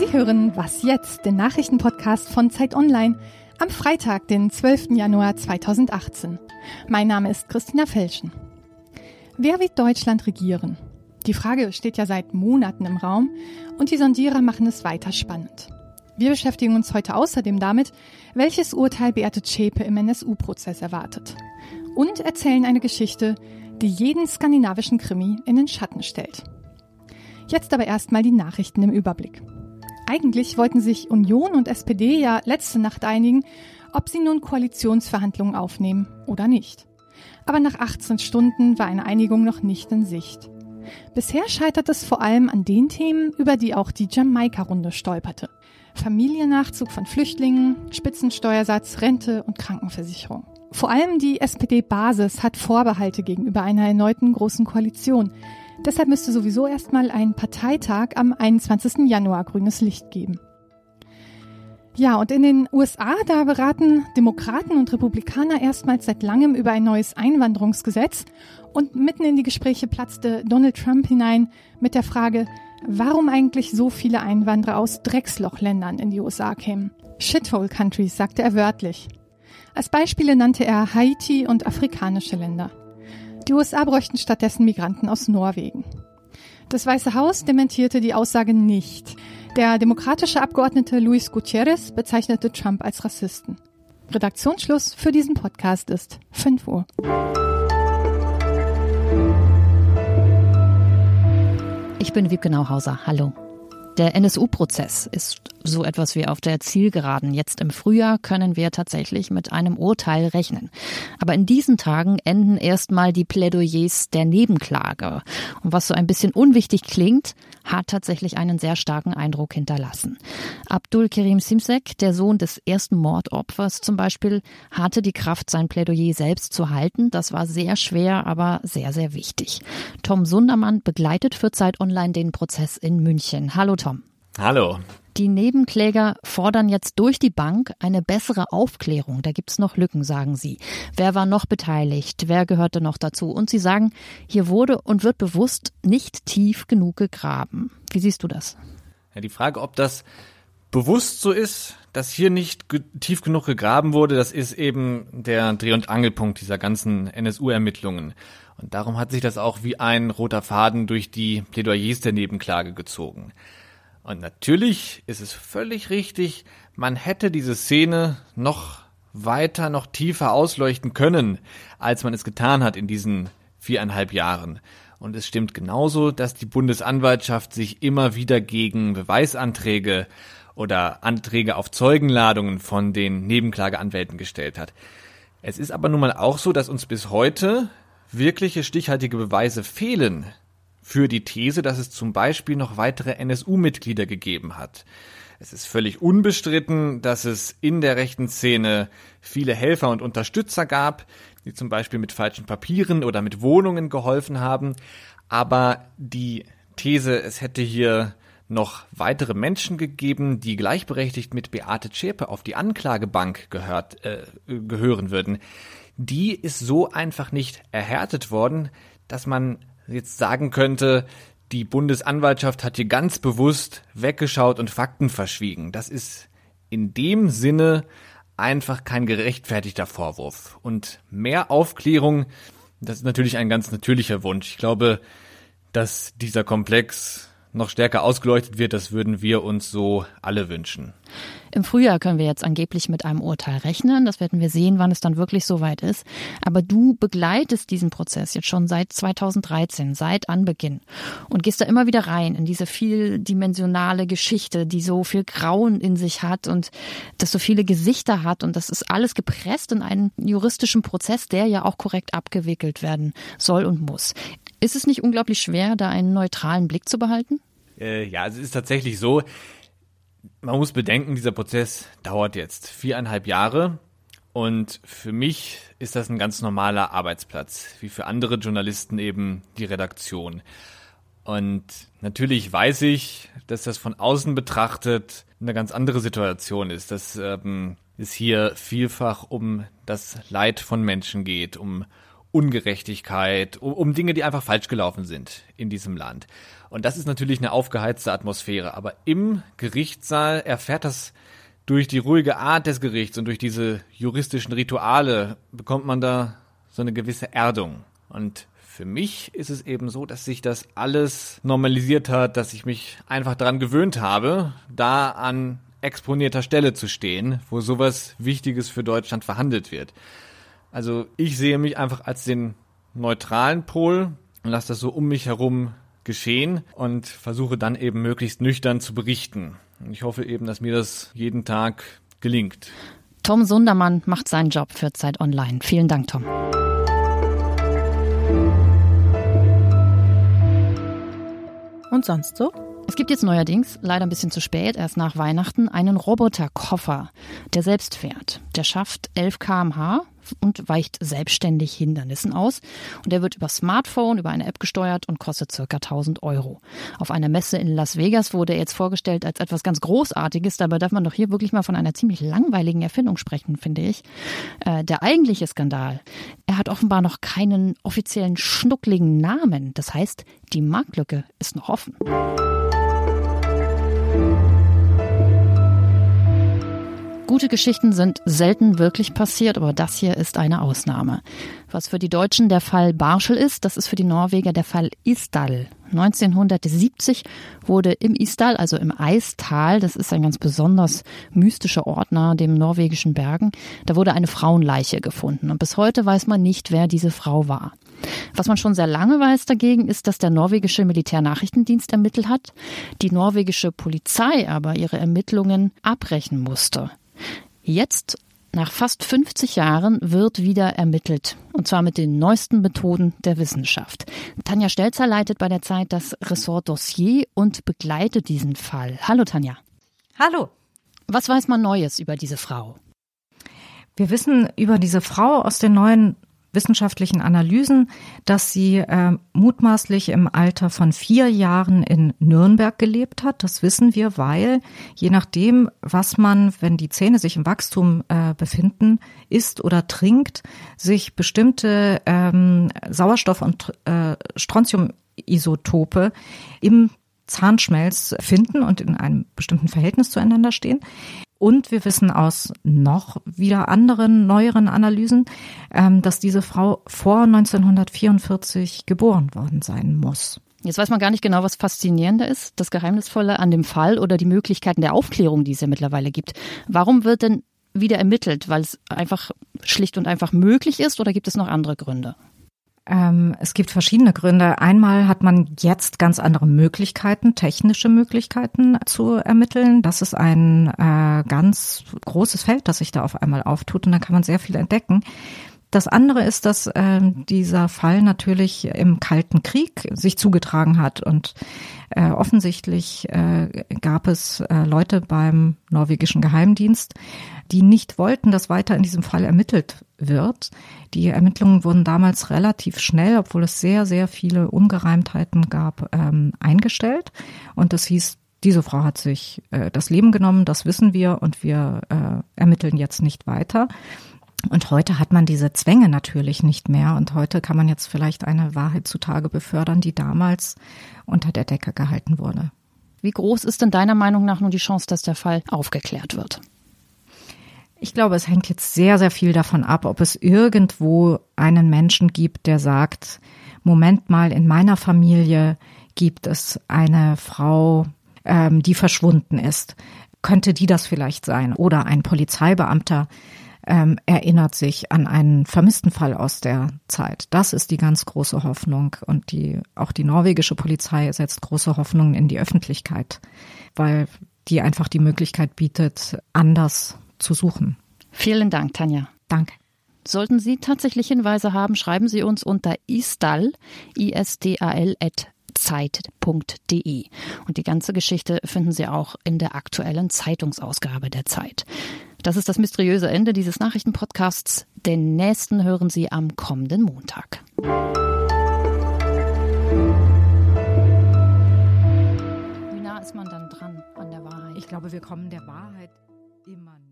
Sie hören Was jetzt?, den Nachrichtenpodcast von Zeit Online am Freitag, den 12. Januar 2018. Mein Name ist Christina Felschen. Wer wird Deutschland regieren? Die Frage steht ja seit Monaten im Raum und die Sondierer machen es weiter spannend. Wir beschäftigen uns heute außerdem damit, welches Urteil Beate Zschäpe im NSU-Prozess erwartet. Und erzählen eine Geschichte, die jeden skandinavischen Krimi in den Schatten stellt. Jetzt aber erstmal die Nachrichten im Überblick. Eigentlich wollten sich Union und SPD ja letzte Nacht einigen, ob sie nun Koalitionsverhandlungen aufnehmen oder nicht. Aber nach 18 Stunden war eine Einigung noch nicht in Sicht. Bisher scheitert es vor allem an den Themen, über die auch die Jamaika-Runde stolperte. Familiennachzug von Flüchtlingen, Spitzensteuersatz, Rente und Krankenversicherung. Vor allem die SPD-Basis hat Vorbehalte gegenüber einer erneuten großen Koalition. Deshalb müsste sowieso erstmal ein Parteitag am 21. Januar grünes Licht geben. Ja, und in den USA, da beraten Demokraten und Republikaner erstmals seit langem über ein neues Einwanderungsgesetz. Und mitten in die Gespräche platzte Donald Trump hinein mit der Frage, warum eigentlich so viele Einwanderer aus Dreckslochländern in die USA kämen. Shithole Countries, sagte er wörtlich. Als Beispiele nannte er Haiti und afrikanische Länder. Die USA bräuchten stattdessen Migranten aus Norwegen. Das Weiße Haus dementierte die Aussage nicht. Der demokratische Abgeordnete Luis Gutierrez bezeichnete Trump als Rassisten. Redaktionsschluss für diesen Podcast ist 5 Uhr. Ich bin Wiebke Nauhauser. Hallo. Der NSU-Prozess ist so etwas wie auf der Zielgeraden. Jetzt im Frühjahr können wir tatsächlich mit einem Urteil rechnen. Aber in diesen Tagen enden erstmal die Plädoyers der Nebenklage. Und was so ein bisschen unwichtig klingt, hat tatsächlich einen sehr starken Eindruck hinterlassen. Abdul Kerim Simsek, der Sohn des ersten Mordopfers zum Beispiel, hatte die Kraft, sein Plädoyer selbst zu halten. Das war sehr schwer, aber sehr, sehr wichtig. Tom Sundermann begleitet für Zeit Online den Prozess in München. Hallo Tom. Hallo. Die Nebenkläger fordern jetzt durch die Bank eine bessere Aufklärung. Da gibt's noch Lücken, sagen sie. Wer war noch beteiligt? Wer gehörte noch dazu? Und sie sagen, hier wurde und wird bewusst nicht tief genug gegraben. Wie siehst du das? Ja, die Frage, ob das bewusst so ist, dass hier nicht tief genug gegraben wurde, das ist eben der Dreh- und Angelpunkt dieser ganzen NSU-Ermittlungen. Und darum hat sich das auch wie ein roter Faden durch die Plädoyers der Nebenklage gezogen. Und natürlich ist es völlig richtig, man hätte diese Szene noch weiter, noch tiefer ausleuchten können, als man es getan hat in diesen 4,5 Jahren. Und es stimmt genauso, dass die Bundesanwaltschaft sich immer wieder gegen Beweisanträge oder Anträge auf Zeugenladungen von den Nebenklageanwälten gestellt hat. Es ist aber nun mal auch so, dass uns bis heute wirkliche stichhaltige Beweise fehlen für die These, dass es zum Beispiel noch weitere NSU-Mitglieder gegeben hat. Es ist völlig unbestritten, dass es in der rechten Szene viele Helfer und Unterstützer gab, die zum Beispiel mit falschen Papieren oder mit Wohnungen geholfen haben. Aber die These, es hätte hier noch weitere Menschen gegeben, die gleichberechtigt mit Beate Zschäpe auf die Anklagebank gehören würden, die ist so einfach nicht erhärtet worden, dass man jetzt sagen könnte, die Bundesanwaltschaft hat hier ganz bewusst weggeschaut und Fakten verschwiegen. Das ist in dem Sinne einfach kein gerechtfertigter Vorwurf. Und mehr Aufklärung, das ist natürlich ein ganz natürlicher Wunsch. Ich glaube, dass dieser Komplex noch stärker ausgeleuchtet wird, das würden wir uns so alle wünschen. Im Frühjahr können wir jetzt angeblich mit einem Urteil rechnen. Das werden wir sehen, wann es dann wirklich soweit ist. Aber du begleitest diesen Prozess jetzt schon seit 2013, seit Anbeginn. Und gehst da immer wieder rein in diese vieldimensionale Geschichte, die so viel Grauen in sich hat und das so viele Gesichter hat. Und das ist alles gepresst in einen juristischen Prozess, der ja auch korrekt abgewickelt werden soll und muss. Ist es nicht unglaublich schwer, da einen neutralen Blick zu behalten? Ja, es ist tatsächlich so. Man muss bedenken, dieser Prozess dauert jetzt 4,5 Jahre und für mich ist das ein ganz normaler Arbeitsplatz, wie für andere Journalisten eben die Redaktion. Und natürlich weiß ich, dass das von außen betrachtet eine ganz andere Situation ist, dass es hier vielfach um das Leid von Menschen geht, um Ungerechtigkeit, um Dinge, die einfach falsch gelaufen sind in diesem Land. Und das ist natürlich eine aufgeheizte Atmosphäre. Aber im Gerichtssaal erfährt das durch die ruhige Art des Gerichts und durch diese juristischen Rituale bekommt man da so eine gewisse Erdung. Und für mich ist es eben so, dass sich das alles normalisiert hat, dass ich mich einfach daran gewöhnt habe, da an exponierter Stelle zu stehen, wo sowas Wichtiges für Deutschland verhandelt wird. Also ich sehe mich einfach als den neutralen Pol und lasse das so um mich herum geschehen und versuche dann eben möglichst nüchtern zu berichten. Und ich hoffe eben, dass mir das jeden Tag gelingt. Tom Sundermann macht seinen Job für Zeit Online. Vielen Dank, Tom. Und sonst so? Es gibt jetzt neuerdings, leider ein bisschen zu spät, erst nach Weihnachten, einen Roboterkoffer, der selbst fährt. Der schafft 11 km/h und weicht selbstständig Hindernissen aus. Und der wird über Smartphone, über eine App gesteuert und kostet ca. 1.000 €. Auf einer Messe in Las Vegas wurde er jetzt vorgestellt als etwas ganz Großartiges. Dabei darf man doch hier wirklich mal von einer ziemlich langweiligen Erfindung sprechen, finde ich. Der eigentliche Skandal, er hat offenbar noch keinen offiziellen schnuckligen Namen. Das heißt, die Marktlücke ist noch offen. Gute Geschichten sind selten wirklich passiert, aber das hier ist eine Ausnahme. Was für die Deutschen der Fall Barschel ist, das ist für die Norweger der Fall Isdal. 1970 wurde im Isdal, also im Eistal, das ist ein ganz besonders mystischer Ort nahe dem norwegischen Bergen, da wurde eine Frauenleiche gefunden. Und bis heute weiß man nicht, wer diese Frau war. Was man schon sehr lange weiß dagegen, ist, dass der norwegische Militärnachrichtendienst ermittelt hat, die norwegische Polizei aber ihre Ermittlungen abbrechen musste. Jetzt, nach fast 50 Jahren, wird wieder ermittelt. Und zwar mit den neuesten Methoden der Wissenschaft. Tanja Stelzer leitet bei der Zeit das Ressort Dossier und begleitet diesen Fall. Hallo Tanja. Hallo. Was weiß man Neues über diese Frau? Wir wissen über diese Frau aus den neuen wissenschaftlichen Analysen, dass sie mutmaßlich im Alter von 4 Jahren in Nürnberg gelebt hat. Das wissen wir, weil je nachdem, was man, wenn die Zähne sich im Wachstum befinden, isst oder trinkt, sich bestimmte Sauerstoff- und Strontiumisotope im Zahnschmelz finden und in einem bestimmten Verhältnis zueinander stehen. Und wir wissen aus noch wieder anderen, neueren Analysen, dass diese Frau vor 1944 geboren worden sein muss. Jetzt weiß man gar nicht genau, was faszinierender ist, das Geheimnisvolle an dem Fall oder die Möglichkeiten der Aufklärung, die es ja mittlerweile gibt. Warum wird denn wieder ermittelt? Weil es einfach schlicht und einfach möglich ist oder gibt es noch andere Gründe? Es gibt verschiedene Gründe. Einmal hat man jetzt ganz andere Möglichkeiten, technische Möglichkeiten zu ermitteln. Das ist ein ganz großes Feld, das sich da auf einmal auftut und da kann man sehr viel entdecken. Das andere ist, dass dieser Fall natürlich im Kalten Krieg sich zugetragen hat und offensichtlich gab es Leute beim norwegischen Geheimdienst, die nicht wollten, dass weiter in diesem Fall ermittelt wird. Die Ermittlungen wurden damals relativ schnell, obwohl es sehr, sehr viele Ungereimtheiten gab, eingestellt. Und das hieß, diese Frau hat sich das Leben genommen, das wissen wir und wir ermitteln jetzt nicht weiter. Und heute hat man diese Zwänge natürlich nicht mehr und heute kann man jetzt vielleicht eine Wahrheit zutage befördern, die damals unter der Decke gehalten wurde. Wie groß ist denn deiner Meinung nach nun die Chance, dass der Fall aufgeklärt wird? Ich glaube, es hängt jetzt sehr, sehr viel davon ab, ob es irgendwo einen Menschen gibt, der sagt, Moment mal, in meiner Familie gibt es eine Frau, die verschwunden ist. Könnte die das vielleicht sein? Oder ein Polizeibeamter erinnert sich an einen vermissten Fall aus der Zeit. Das ist die ganz große Hoffnung und auch die norwegische Polizei setzt große Hoffnungen in die Öffentlichkeit, weil die einfach die Möglichkeit bietet, anders zu suchen. Vielen Dank, Tanja. Danke. Sollten Sie tatsächlich Hinweise haben, schreiben Sie uns unter isdal, isdal@zeit.de. Und die ganze Geschichte finden Sie auch in der aktuellen Zeitungsausgabe der Zeit. Das ist das mysteriöse Ende dieses Nachrichtenpodcasts. Den nächsten hören Sie am kommenden Montag. Wie nah ist man dann dran an der Wahrheit? Ich glaube, wir kommen der Wahrheit immer näher.